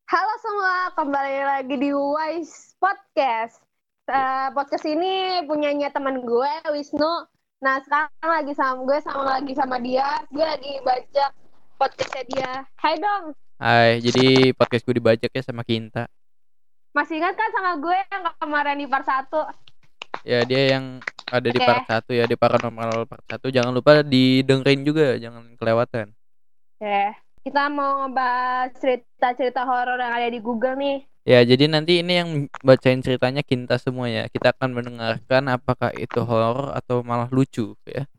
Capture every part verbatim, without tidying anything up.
Halo semua, kembali lagi di Wise Podcast. Uh, podcast ini punyanya teman gue, Wisnu. Nah, sekarang lagi sama gue, sama lagi sama dia. Gue lagi baca podcastnya dia. Hai dong. Hai, jadi podcast gue dibajak ya sama Kinta. Masih ingat kan sama gue yang kemarin di part satu? Ya, dia yang ada di Oke. part satu ya, di Paranormal part satu. Jangan lupa didengerin juga, jangan kelewatan. Oke. Kita mau ngebahas cerita-cerita horor yang ada di Google nih. Ya, jadi nanti ini yang bacain ceritanya Kinta semua ya. Kita akan mendengarkan apakah itu horor atau malah lucu ya.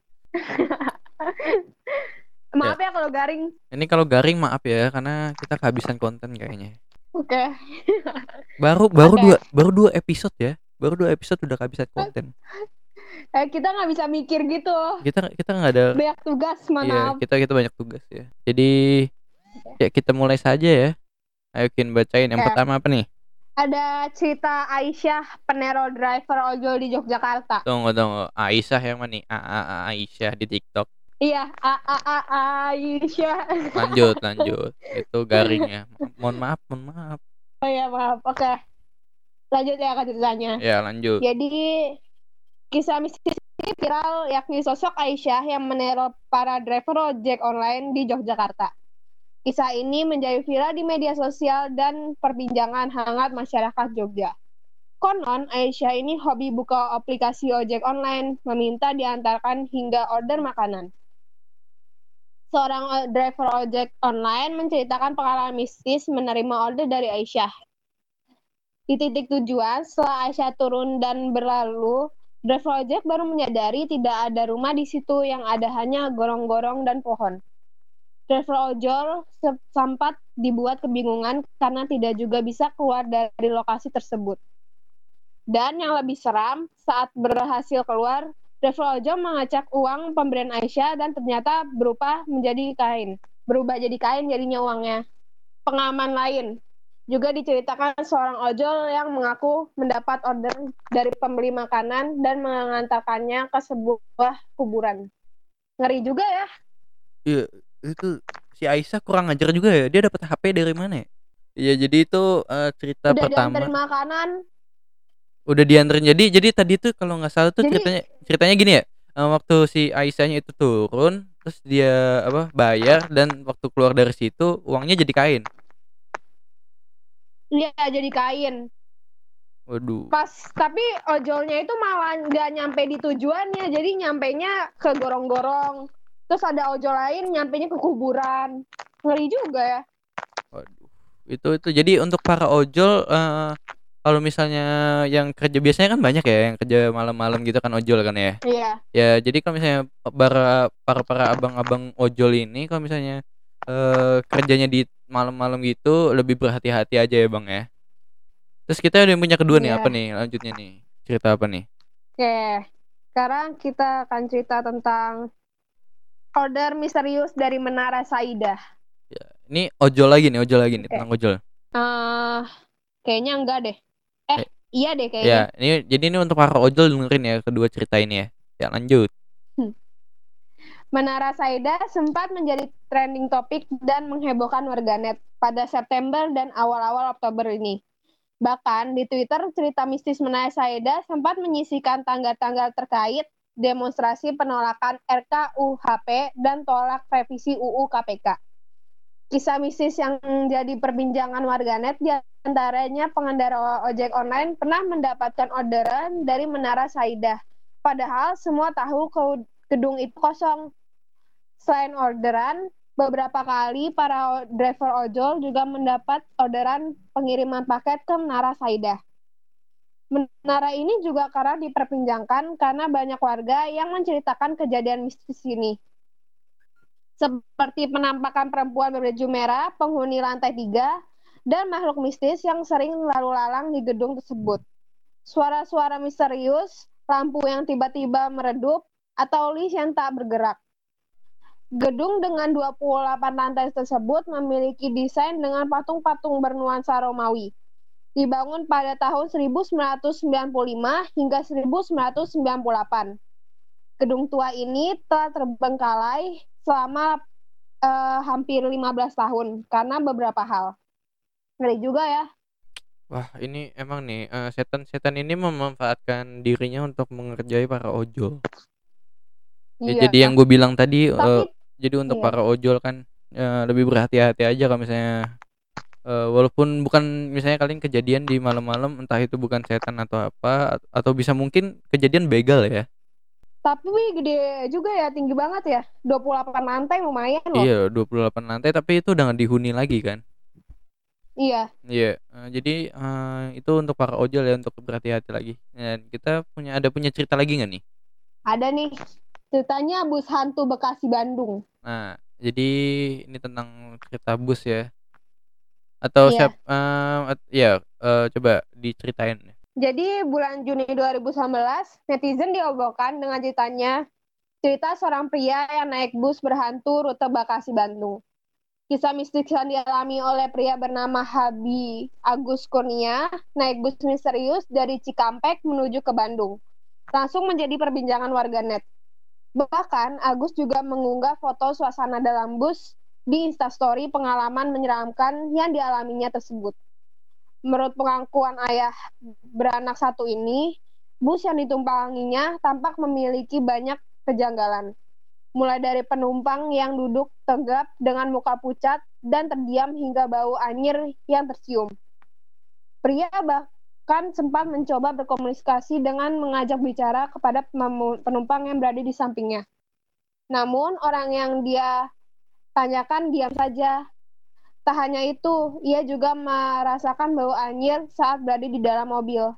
Ya, Maaf ya kalau garing. ini kalau garing maaf ya, karena kita kehabisan konten kayaknya. Oke. Baru baru Oke. dua baru dua episode ya. Baru dua episode udah kehabisan konten. Eh, kita nggak bisa mikir gitu. Kita kita nggak ada. Banyak tugas, Iya, maaf. kita kita banyak tugas ya. Jadi ya kita mulai saja ya. Ayo Kin bacain. Yang Oke. pertama apa nih? Ada cerita Aisyah, peneror driver ojol di Yogyakarta. Tunggu tunggu. Aisyah yang mana nih? A A A Aisyah di TikTok. Iya, A A A Aisyah. Lanjut lanjut. Itu garing ya. Ma- mohon maaf, mohon maaf. Oh iya, maaf. Oke. Lanjut ya ke ceritanya. Ya lanjut. Jadi, kisah mistis ini viral yakni sosok Aisyah yang meneror para driver ojek online di Yogyakarta. Kisah ini menjadi viral di media sosial dan perbincangan hangat masyarakat Jogja. Konon, Aisyah ini hobi buka aplikasi ojek online, meminta diantarkan hingga order makanan. Seorang driver ojek online menceritakan pengalaman mistis menerima order dari Aisyah. Di titik tujuan, setelah Aisyah turun dan berlalu, driver ojek baru menyadari tidak ada rumah di situ yang ada hanya gorong-gorong dan pohon. Driver ojol sempat dibuat kebingungan karena tidak juga bisa keluar dari lokasi tersebut. Dan yang lebih seram, saat berhasil keluar, driver ojol mengacak uang pemberian Aisyah dan ternyata berupa menjadi kain. Berubah jadi kain jadinya uangnya. Pengaman lain juga diceritakan seorang ojol yang mengaku mendapat order dari pembeli makanan dan mengantarkannya ke sebuah kuburan. Ngeri juga ya. Iya, itu si Aisyah kurang ajar juga ya. Dia dapat H P dari mana ya? Iya, jadi itu uh, cerita Udah pertama. dianterin makanan. Udah dianterin. Jadi jadi tadi tuh kalau nggak salah tuh Jadi ceritanya ceritanya gini ya. Uh, waktu si Aisyahnya itu turun, terus dia apa bayar dan waktu keluar dari situ uangnya jadi kain. dia jadi kain. Waduh. Pas tapi ojolnya itu malah nggak nyampe di tujuannya, jadi nyampenya ke gorong-gorong. Terus ada ojol lain nyampenya ke kuburan. Ngeri juga ya. Waduh. Itu itu jadi untuk para ojol uh, kalau misalnya yang kerja biasanya kan banyak ya yang kerja malam-malam gitu kan ojol kan ya. Iya. Ya jadi kalau misalnya para para para abang-abang ojol ini kalau misalnya uh, kerjanya di malam-malam gitu lebih berhati-hati aja ya Bang ya. Terus kita udah punya kedua nih, apa Iya. nih lanjutnya nih? Cerita apa nih? Oke. Sekarang kita akan cerita tentang order misterius dari Menara Saidah. Ya, ini ojol lagi nih, ojol lagi nih, Oke. tentang ojol. Uh, kayaknya enggak deh. Eh, Eh, iya deh ya, kayaknya. ini jadi ini untuk para ojol dengerin ya kedua cerita ini ya. Ya lanjut. Hmm. Menara Saidah sempat menjadi trending topik dan menghebohkan warganet pada September dan awal-awal Oktober ini. Bahkan di Twitter, cerita mistis Menara Saidah sempat menyisikan tanggal-tanggal terkait demonstrasi penolakan R K U H P dan tolak revisi U U K P K. Kisah mistis yang jadi perbincangan warganet di antaranya pengendara ojek online pernah mendapatkan orderan dari Menara Saidah. Padahal semua tahu gedung itu kosong. Selain orderan, beberapa kali para driver ojol juga mendapat orderan pengiriman paket ke Menara Saidah. Menara ini juga kerap diperbincangkan karena banyak warga yang menceritakan kejadian mistis ini. Seperti penampakan perempuan berbaju merah, penghuni lantai tiga, dan makhluk mistis yang sering lalu lalang di gedung tersebut. Suara-suara misterius, lampu yang tiba-tiba meredup, atau lift yang tak bergerak. Gedung dengan dua puluh delapan lantai tersebut memiliki desain dengan patung-patung bernuansa Romawi. Dibangun pada tahun seribu sembilan ratus sembilan puluh lima hingga seribu sembilan ratus sembilan puluh delapan. Gedung tua ini telah terbengkalai selama uh, hampir lima belas tahun karena beberapa hal. Ngeri juga ya. Wah, ini emang nih eh, setan-setan ini memanfaatkan dirinya untuk mengerjai para ojol. Ya, Iya. jadi yang gue bilang tadi, Tapi eh, jadi untuk iya. para ojol kan eh, lebih berhati-hati aja kalau misalnya eh, walaupun bukan misalnya kalian kejadian di malam-malam, entah itu bukan setan atau apa, at- atau bisa mungkin kejadian begal ya. Tapi gede juga ya, tinggi banget ya. Dua puluh delapan lantai lumayan loh. Iya, dua puluh delapan lantai tapi itu udah nggak dihuni lagi kan. Iya, Iya, eh, jadi eh, itu untuk para ojol ya untuk berhati-hati lagi. Dan kita punya ada punya cerita lagi nggak nih? ada nih. Ceritanya bus hantu Bekasi Bandung. Nah, jadi ini tentang cerita bus ya. Atau siap Iya. eh at- ya eh, coba diceritain. Jadi bulan Juni dua ribu sembilan belas, netizen diobohkan dengan ceritanya cerita seorang pria yang naik bus berhantu rute Bekasi Bandung. Kisah mistis yang dialami oleh pria bernama Habi Agus Kurnia naik bus misterius dari Cikampek menuju ke Bandung. Langsung menjadi perbincangan warganet. Bahkan Agus juga mengunggah foto suasana dalam bus di Instastory pengalaman menyeramkan yang dialaminya tersebut. Menurut pengakuan ayah beranak satu ini, bus yang ditumpanginya tampak memiliki banyak kejanggalan. Mulai dari penumpang yang duduk tegap dengan muka pucat dan terdiam hingga bau anyir yang tercium. Pria bahkan sempat mencoba berkomunikasi dengan mengajak bicara kepada penumpang yang berada di sampingnya. Namun orang yang dia tanyakan diam saja. Tak hanya itu, ia juga merasakan bau anyir saat berada di dalam mobil.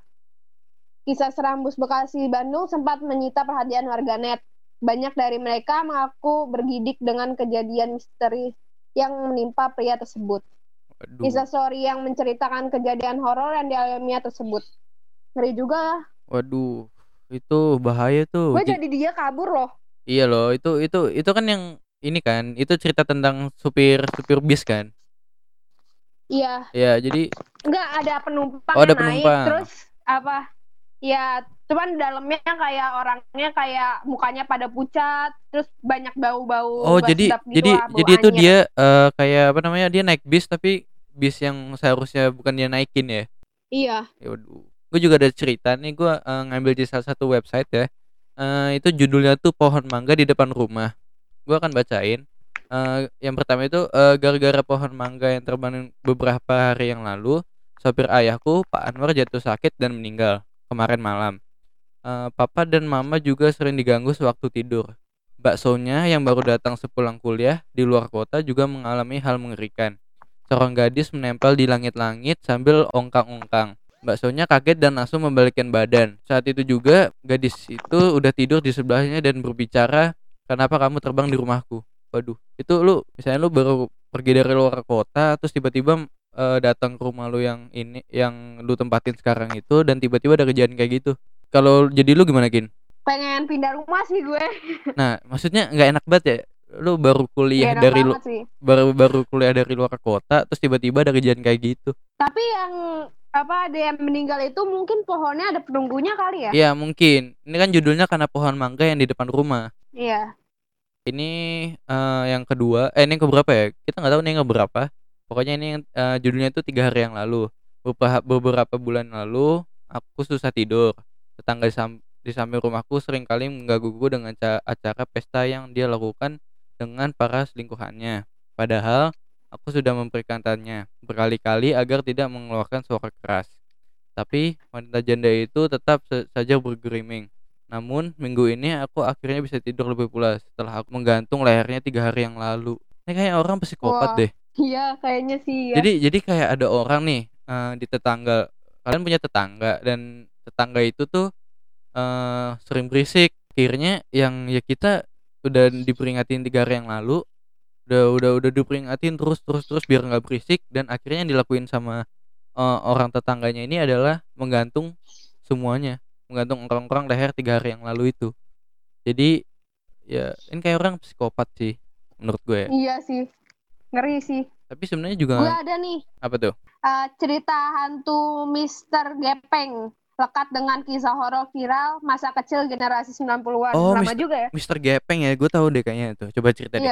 Kisah seram bus Bekasi Bandung sempat menyita perhatian warganet. Banyak dari mereka mengaku bergidik dengan kejadian misteri yang menimpa pria tersebut. Waduh, Kisah story yang menceritakan kejadian horor yang dialaminya tersebut. Ngeri juga. waduh, itu bahaya tuh. Gue Ji- jadi dia kabur loh. iya loh, itu itu itu kan yang ini kan, itu cerita tentang supir supir bis kan. Iya, Ya, jadi enggak ada penumpang oh ada yang naik, penumpang. terus apa? Ya, cuman dalamnya kayak orangnya kayak mukanya pada pucat, terus banyak bau-bau Oh, gak jadi sedap gitu jadi lah, bau jadi itu anyir. dia eh, kayak apa namanya? Dia naik bis tapi bis yang seharusnya bukan dia naikin ya. Iya. Ya waduh. Gue juga ada cerita nih, gue eh, ngambil di salah satu website ya. Eh, itu judulnya tuh Pohon Mangga di Depan Rumah. Gue akan bacain. Eh, yang pertama itu eh, gara-gara pohon mangga yang terbang beberapa hari yang lalu, sopir ayahku Pak Anwar jatuh sakit dan meninggal kemarin malam. Eh, papa dan mama juga sering diganggu sewaktu tidur. Baksonya yang baru datang sepulang kuliah di luar kota juga mengalami hal mengerikan. Seorang gadis menempel di langit-langit sambil ongkang-ongkang. Baksonya kaget dan langsung membalikkan badan. Saat itu juga gadis itu udah tidur di sebelahnya dan berbicara, "Kenapa kamu terbang di rumahku?" Waduh, itu lu misalnya lu baru pergi dari luar kota terus tiba-tiba eh, datang ke rumah lu yang ini yang lu tempatin sekarang itu dan tiba-tiba ada kejadian kayak gitu. Kalau jadi lu gimana, Kin? Pengen pindah rumah sih gue. Nah, maksudnya nggak enak banget ya. Lu baru Gak kuliah enak dari lu banget sih. baru baru kuliah dari luar kota, terus tiba-tiba ada kejadian kayak gitu. Tapi yang apa ada yang meninggal itu mungkin pohonnya ada penunggunya kali ya? Ya mungkin. Ini kan judulnya karena pohon mangga yang di depan rumah. Iya. Ini eh, yang kedua, eh ini yang keberapa ya? Kita nggak tahu ini yang keberapa. Pokoknya ini yang eh, judulnya itu tiga hari yang lalu. Beberapa, beberapa bulan lalu, aku susah tidur. Tetangga di, sam- di samping rumahku sering kali menggangguku dengan ca- acara pesta yang dia lakukan dengan para selingkuhannya. Padahal aku sudah memperingatkannya berkali-kali agar tidak mengeluarkan suara keras. Tapi wanita janda itu tetap se- saja bergeriming. Namun minggu ini aku akhirnya bisa tidur lebih pulas setelah aku menggantung lehernya tiga hari yang lalu. Ini kayak orang psikopat Wah, deh. iya kayaknya sih ya. Jadi jadi kayak ada orang nih eh, di tetangga. Kalian punya tetangga dan tetangga itu tuh eh, sering berisik. Akhirnya yang ya kita udah diperingatin tiga hari yang lalu, udah udah udah diperingatin terus terus terus biar nggak berisik dan akhirnya yang dilakuin sama eh, orang tetangganya ini adalah menggantung semuanya, menggantung orang-orang leher tiga hari yang lalu itu. Jadi ya ini kayak orang psikopat sih menurut gue ya. Iya sih. Ngeri sih. Tapi sebenarnya juga Gue ada nih apa tuh? uh, cerita hantu mister Gepeng. Lekat dengan kisah horor viral masa kecil generasi sembilan puluhan. Oh, Lama mister juga ya? mister Gepeng ya, gue tahu deh kayaknya itu. Coba cerita deh. Iya.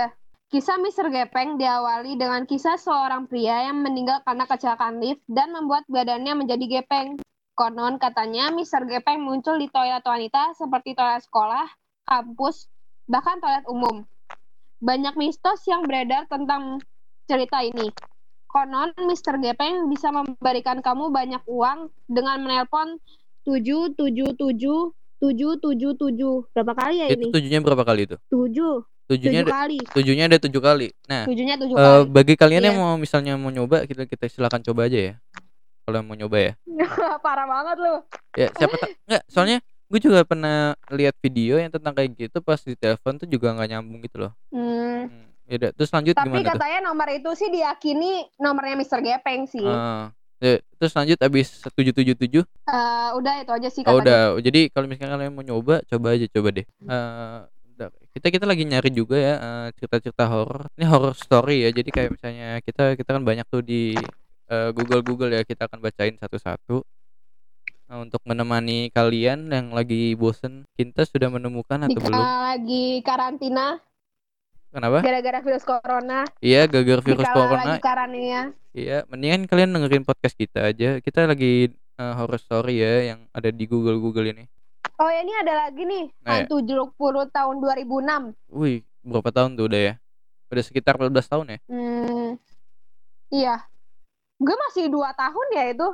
Kisah Mister Gepeng diawali dengan kisah seorang pria yang meninggal karena kecelakaan lift dan membuat badannya menjadi gepeng. Konon katanya Mister Gepeng muncul di toilet wanita seperti toilet sekolah, kampus, bahkan toilet umum. Banyak mistos yang beredar tentang cerita ini. Konon Mister Gepeng bisa memberikan kamu banyak uang dengan menelpon tujuh tujuh tujuh tujuh tujuh tujuh. Berapa kali ya Itu ini? tujuhnya berapa kali itu? Tujuh. Tujuhnya Tujuh ada, kali. tujuhnya ada tujuh kali. Nah, Tujuhnya tujuh eh, kali. bagi kalian Iya. yang mau misalnya mau nyoba, kita kita silakan coba aja ya. Kalau yang mau nyoba ya. Parah banget lu. Ya siapa tak nggak, soalnya gue juga pernah lihat video yang tentang kayak gitu pas di telepon tuh juga nggak nyambung gitu loh. Hmm. Hmm, ya udah, terus lanjut Tapi gimana tuh? katanya nomor itu sih diyakini nomornya Mister Gepeng sih. Eh, ya, terus lanjut abis tujuh tujuh tujuh. Eh, udah itu aja sih Oh katanya. udah, jadi kalau misalnya kalian mau nyoba, coba aja coba deh. Eh, bentar. kita kita lagi nyari juga ya eh, cerita-cerita horor. Ini horror story ya. Jadi kayak misalnya kita kita kan banyak tuh di eh, Google Google ya. Kita akan bacain satu-satu. Nah, untuk menemani kalian yang lagi bosen, kita sudah menemukan Di atau belum? lagi karantina Kenapa? gara-gara virus corona. Iya, gagal Di virus kala corona. lagi karantina. Iya, mendingan kalian dengerin podcast kita aja. Kita lagi eh, horror story ya yang ada di Google Google ini. Oh ya, ini ada lagi nih. Nah, ya. Hantu Jeruk Purut tahun dua ribu enam. Wih, berapa tahun tuh udah ya? Udah sekitar empat belas tahun ya? Hmm, iya. Gue masih dua tahun ya itu.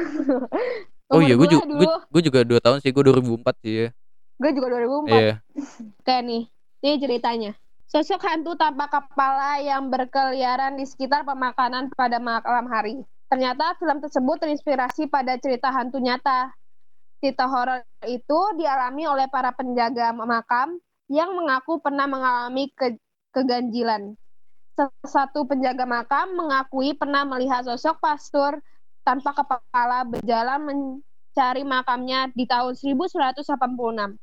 Oh iya, gue Umur gue juga gue, dulu. gue juga dua tahun sih, gue dua ribu empat sih ya. Gue juga dua ribu empat. Iya. Kayak nih, ini ceritanya. Sosok hantu tanpa kepala yang berkeliaran di sekitar pemakanan pada malam hari. Ternyata film tersebut terinspirasi pada cerita hantu nyata. Cerita horor itu dialami oleh para penjaga makam yang mengaku pernah mengalami ke- keganjilan. Salah satu penjaga makam mengakui pernah melihat sosok pastor tanpa kepala berjalan mencari makamnya di tahun seribu sembilan ratus delapan puluh enam.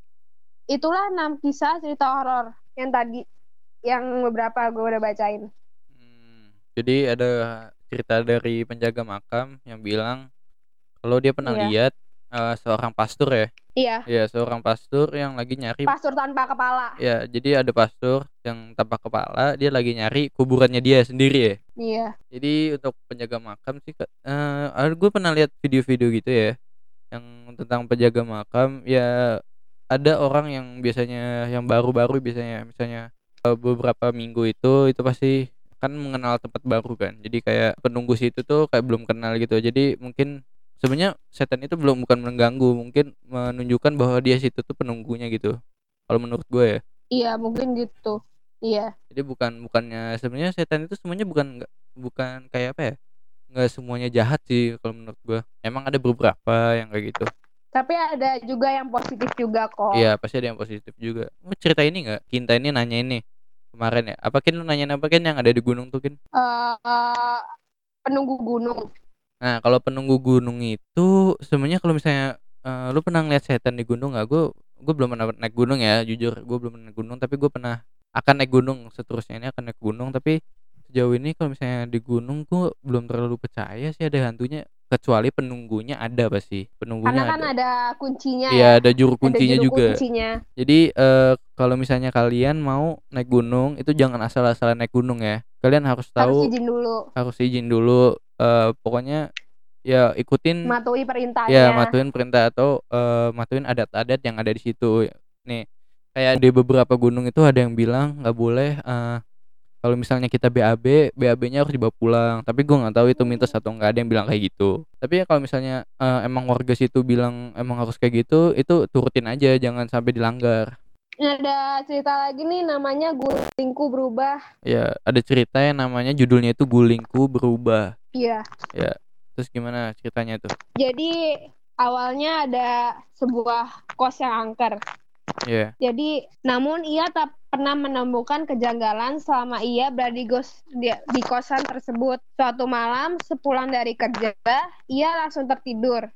Itulah enam kisah cerita horor yang tadi, yang beberapa gue udah bacain. Hmm, jadi ada cerita dari penjaga makam yang bilang kalau dia pernah Iya. lihat eh, seorang pastor ya. Iya, Iya, seorang pastor yang lagi nyari. pastor tanpa kepala. Ya, jadi ada pastor yang tanpa kepala, dia lagi nyari kuburannya dia sendiri ya. Iya. Jadi untuk penjaga makam sih, Kak, eh gue pernah lihat video-video gitu ya, yang tentang penjaga makam. Ya ada orang yang biasanya yang baru-baru biasanya, misalnya eh, beberapa minggu itu itu pasti kan mengenal tempat baru kan. Jadi kayak penunggu situ tuh kayak belum kenal gitu. Jadi mungkin sebenarnya setan itu belum bukan mengganggu, mungkin menunjukkan bahwa dia situ tuh penunggunya gitu. Kalau menurut gue ya. Iya, mungkin gitu. Iya. Jadi bukan bukannya sebenarnya setan itu semuanya bukan nggak bukan kayak apa ya? Nggak semuanya jahat sih kalau menurut gue. Emang ada beberapa yang kayak gitu. Tapi ada juga yang positif juga kok. Iya, pasti ada yang positif juga. Mau cerita ini nggak? Kinta ini nanya ini kemarin ya. Apa Kin lu nanyain apa Kin yang ada di gunung tuh Kin? Eh, eh, penunggu gunung. Nah, kalau penunggu gunung itu sebenarnya kalau misalnya eh, lu pernah ngeliat setan di gunung nggak? Gue gue belum pernah naik gunung ya, jujur gue belum pernah naik gunung. Tapi gue pernah akan naik gunung seterusnya ini akan naik gunung. Tapi sejauh ini kalau misalnya di gunung gue belum terlalu percaya sih ada hantunya, kecuali penunggunya ada pasti. Penunggunya Karena kan ada. ada kuncinya Iya, ya. ada juru Ada kuncinya juru juga. kuncinya. Jadi eh, kalau misalnya kalian mau naik gunung itu jangan asal-asalan naik gunung ya. Kalian harus Harus tahu, izin dulu. harus izin dulu. Eh, pokoknya ya ikutin, Matuhi perintahnya. ya matuin perintah atau eh, matuin adat-adat yang ada di situ. Nih, kayak di beberapa gunung itu ada yang bilang nggak boleh eh, kalau misalnya kita B A B, B A B-nya harus dibawa pulang. Tapi gue nggak tahu itu mitos atau nggak, ada yang bilang kayak gitu. Tapi ya kalau misalnya eh, emang warga situ bilang emang harus kayak gitu, itu turutin aja, jangan sampai dilanggar. Ini ada cerita lagi nih namanya Gulingku Berubah. Ya, ada cerita yang namanya judulnya itu Gulingku Berubah. Iya. Ya, terus gimana ceritanya tuh? Jadi awalnya ada sebuah kos yang angker. Ya, Jadi namun ia tak pernah menemukan kejanggalan selama ia berada di, gos, di, di kosan tersebut. Suatu malam sepulang dari kerja, ia langsung tertidur.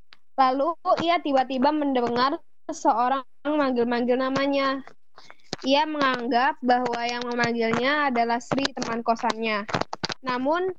Lalu ia tiba-tiba mendengar seseorang manggil-manggil namanya. Ia menganggap bahwa yang memanggilnya adalah Sri, teman kosannya. Namun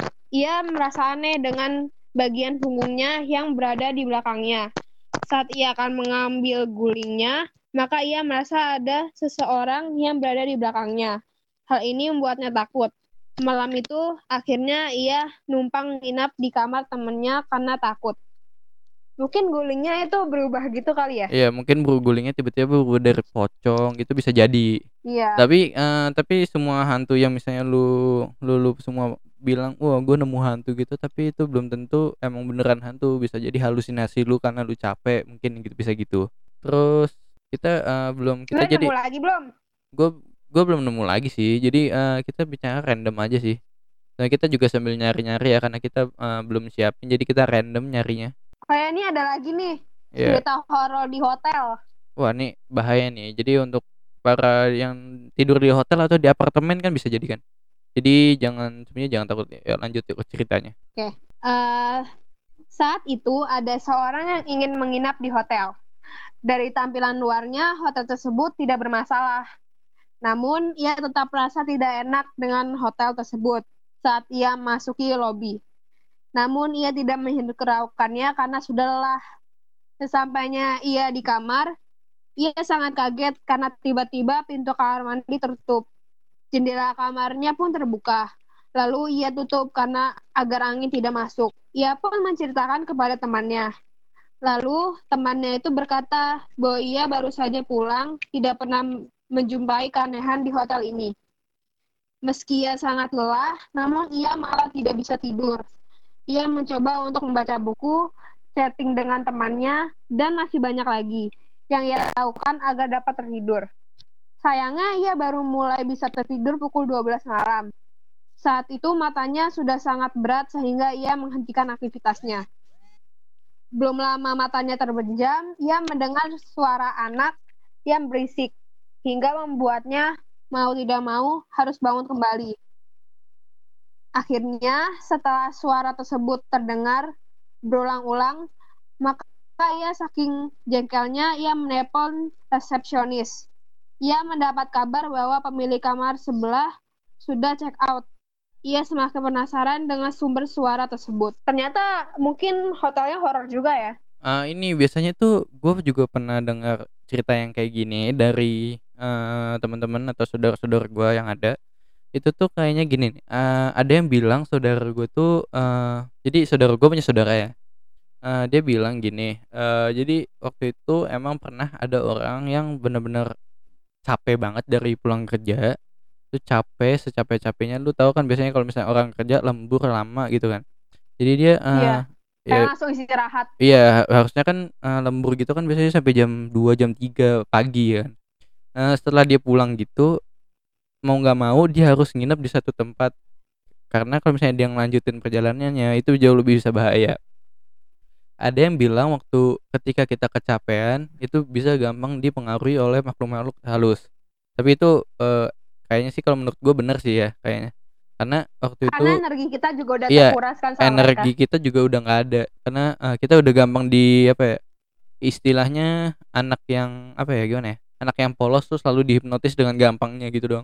ia merasa aneh dengan bagian punggungnya yang berada di belakangnya. Saat ia akan mengambil gulingnya, maka ia merasa ada seseorang yang berada di belakangnya. Hal ini membuatnya takut. Malam itu akhirnya ia numpang nginap di kamar temennya karena takut. Mungkin gulingnya itu berubah gitu kali ya? Iya, mungkin bergulingnya tiba-tiba berubah dari pocong gitu bisa jadi. Iya. Tapi eh, tapi semua hantu yang misalnya lu lu, lu semua bilang, wah gue nemu hantu gitu, tapi itu belum tentu emang beneran hantu, bisa jadi halusinasi lu karena lu capek, mungkin gitu bisa gitu. Terus kita eh, belum kita Sebenarnya jadi nemu lagi belum? gue gue belum nemu lagi sih. Jadi eh, kita bicara random aja sih. Nah, kita juga sambil nyari-nyari ya karena kita eh, belum siapin, jadi kita random nyarinya. Kayak ini ada lagi nih, Ya, cerita horor di hotel. wah ini bahaya nih. Jadi untuk para yang tidur di hotel atau di apartemen kan bisa jadi kan. Jadi jangan sebenarnya jangan takut ya, lanjut yuk ke ceritanya. Oke. Eh, saat itu ada seorang yang ingin menginap di hotel. Dari tampilan luarnya, hotel tersebut tidak bermasalah. Namun, ia tetap merasa tidak enak dengan hotel tersebut saat ia masuki lobi. Namun, ia tidak menghiraukannya karena sudah lelah. Sesampainya ia di kamar, ia sangat kaget karena tiba-tiba pintu kamar mandi tertutup. Jendela kamarnya pun terbuka. Lalu ia tutup karena agar angin tidak masuk. Ia pun menceritakan kepada temannya. Lalu temannya itu berkata bahwa ia baru saja pulang, tidak pernah menjumpai keanehan di hotel ini. Meski ia sangat lelah, namun ia malah tidak bisa tidur. Ia mencoba untuk membaca buku, chatting dengan temannya, dan masih banyak lagi yang ia lakukan agar dapat tertidur. Sayangnya ia baru mulai bisa tertidur pukul dua belas malam. Saat itu matanya sudah sangat berat sehingga ia menghentikan aktivitasnya. Belum lama matanya terbejam, ia mendengar suara anak yang berisik, hingga membuatnya mau tidak mau harus bangun kembali. Akhirnya, setelah suara tersebut terdengar berulang-ulang, maka ia saking jengkelnya, ia menelpon resepsionis. Ia mendapat kabar bahwa pemilik kamar sebelah sudah check out. Ia semakin penasaran dengan sumber suara tersebut. Ternyata mungkin hotelnya horor juga ya. Ah, ini biasanya tuh gue juga pernah dengar cerita yang kayak gini dari eh, teman-teman atau saudara-saudara gue yang ada. Itu tuh kayaknya gini nih. eh, ada yang bilang saudara gue tuh eh, jadi saudara gue punya saudara ya. Eh, dia bilang gini. eh, jadi waktu itu emang pernah ada orang yang benar-benar capek banget dari pulang kerja. Tuh capek secapek-capeknya, lu tahu kan biasanya kalau misalnya orang kerja lembur lama gitu kan, jadi dia Iya, eh ya kayak langsung istirahat. iya harusnya kan eh, lembur gitu kan biasanya sampai jam dua jam tiga pagi ya kan. Eh, setelah dia pulang gitu, mau nggak mau dia harus nginep di satu tempat karena kalau misalnya dia ngelanjutin perjalanannya itu jauh lebih bisa bahaya. Ada yang bilang waktu ketika kita kecapean itu bisa gampang dipengaruhi oleh makhluk-makhluk halus, tapi itu eh, kayaknya sih kalau menurut gue bener sih ya kayaknya, karena waktu itu Karena energi kita juga udah iya terkuraskan sama mereka. energi kita juga udah nggak ada karena eh, kita udah gampang di apa ya, istilahnya anak yang apa ya gimana ya, anak yang polos tuh selalu dihipnotis dengan gampangnya gitu doang.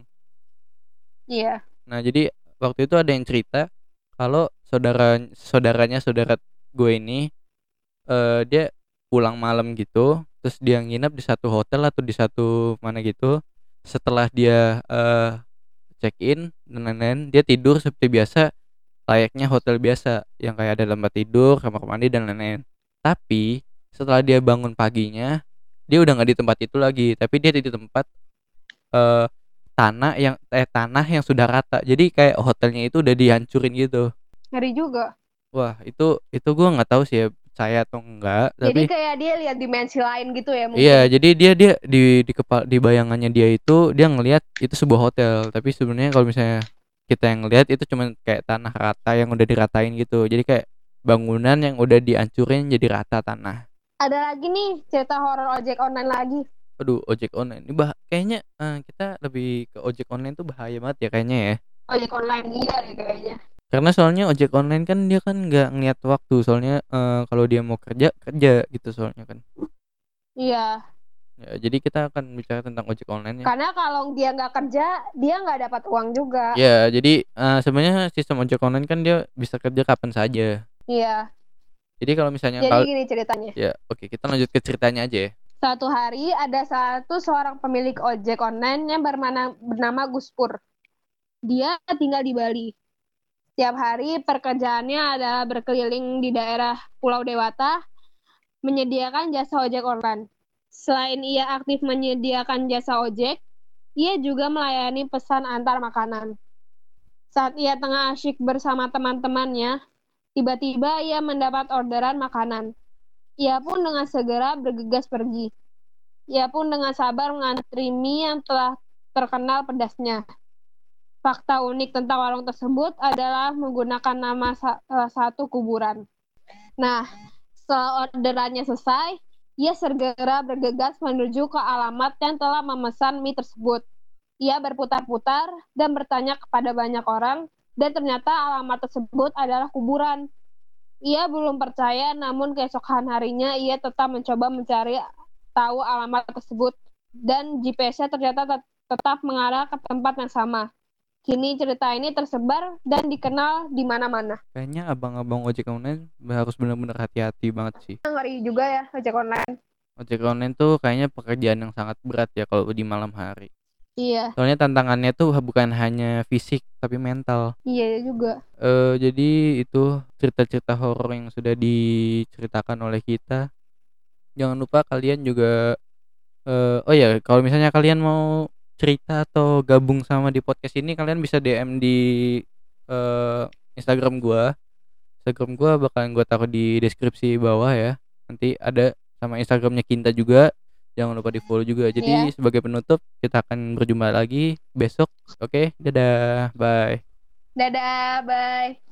Iya. Nah jadi waktu itu ada yang cerita kalau saudara saudaranya saudara gue ini eh, dia pulang malam gitu, terus dia nginep di satu hotel atau di satu mana gitu. Setelah dia eh, check in dan lain-lain, dia tidur seperti biasa, layaknya hotel biasa yang kayak ada tempat tidur, kamar mandi dan lain-lain. Tapi setelah dia bangun paginya, dia udah nggak di tempat itu lagi, tapi dia di tempat eh, tanah yang eh tanah yang sudah rata. Jadi kayak hotelnya itu udah dihancurin gitu. Ngeri juga. Wah, itu itu gua nggak tahu sih ya percaya atau enggak, Jadi tapi kayak dia lihat dimensi lain gitu ya iya, mungkin. jadi dia dia di di kepala di bayangannya dia itu dia ngelihat itu sebuah hotel, tapi sebenarnya kalau misalnya kita yang ngelihat itu cuma kayak tanah rata yang udah diratain gitu. Jadi kayak bangunan yang udah dihancurin jadi rata tanah. Ada lagi nih cerita horor ojek online lagi. Aduh, ojek online. Ini bah kayaknya eh, kita lebih ke ojek online tuh bahaya banget ya kayaknya ya. Ojek online iya deh kayaknya. Karena soalnya ojek online kan dia kan nggak ngeliat waktu, soalnya eh, kalau dia mau kerja kerja gitu soalnya kan. Iya. Ya, jadi kita akan bicara tentang ojek online ya. Karena kalau dia nggak kerja, dia nggak dapat uang juga. Ya, jadi eh, sebenarnya sistem ojek online kan dia bisa kerja kapan saja. Iya. Jadi kalau misalnya Jadi kal gini ceritanya. ya oke kita lanjut ke ceritanya aja ya. Suatu hari ada satu seorang pemilik ojek online yang bernama, bernama Gus Pur. Dia tinggal di Bali. Setiap hari pekerjaannya adalah berkeliling di daerah Pulau Dewata, menyediakan jasa ojek online. Selain ia aktif menyediakan jasa ojek, ia juga melayani pesan antar makanan. Saat ia tengah asyik bersama teman-temannya, tiba-tiba ia mendapat orderan makanan. Ia pun dengan segera bergegas pergi. Ia pun dengan sabar mengantri mie yang telah terkenal pedasnya. Fakta unik tentang warung tersebut adalah menggunakan nama salah satu kuburan. Nah, setelah orderannya selesai, ia segera bergegas menuju ke alamat yang telah memesan mie tersebut. Ia berputar-putar dan bertanya kepada banyak orang, dan ternyata alamat tersebut adalah kuburan. Ia belum percaya, namun keesokan harinya ia tetap mencoba mencari tahu alamat tersebut, dan G P S-nya ternyata tet- tetap mengarah ke tempat yang sama. Kini cerita ini tersebar dan dikenal di mana-mana. Kayaknya abang-abang ojek online harus benar-benar hati-hati banget sih. Ngeri juga ya ojek online. Ojek online tuh kayaknya pekerjaan yang sangat berat ya kalau di malam hari. Iya, Soalnya tantangannya tuh bukan hanya fisik tapi mental. iya juga. Eh jadi itu cerita-cerita horor yang sudah diceritakan oleh kita. Jangan lupa kalian juga eh oh ya, kalau misalnya kalian mau cerita atau gabung sama di podcast ini, kalian bisa D M di eh Instagram gua. Instagram gua bakalan gua taruh di deskripsi bawah ya. Nanti ada sama Instagramnya Kinta juga. Jangan lupa di follow juga. Jadi Iya. sebagai penutup, kita akan berjumpa lagi besok. Oke, dadah, bye. Dadah, bye.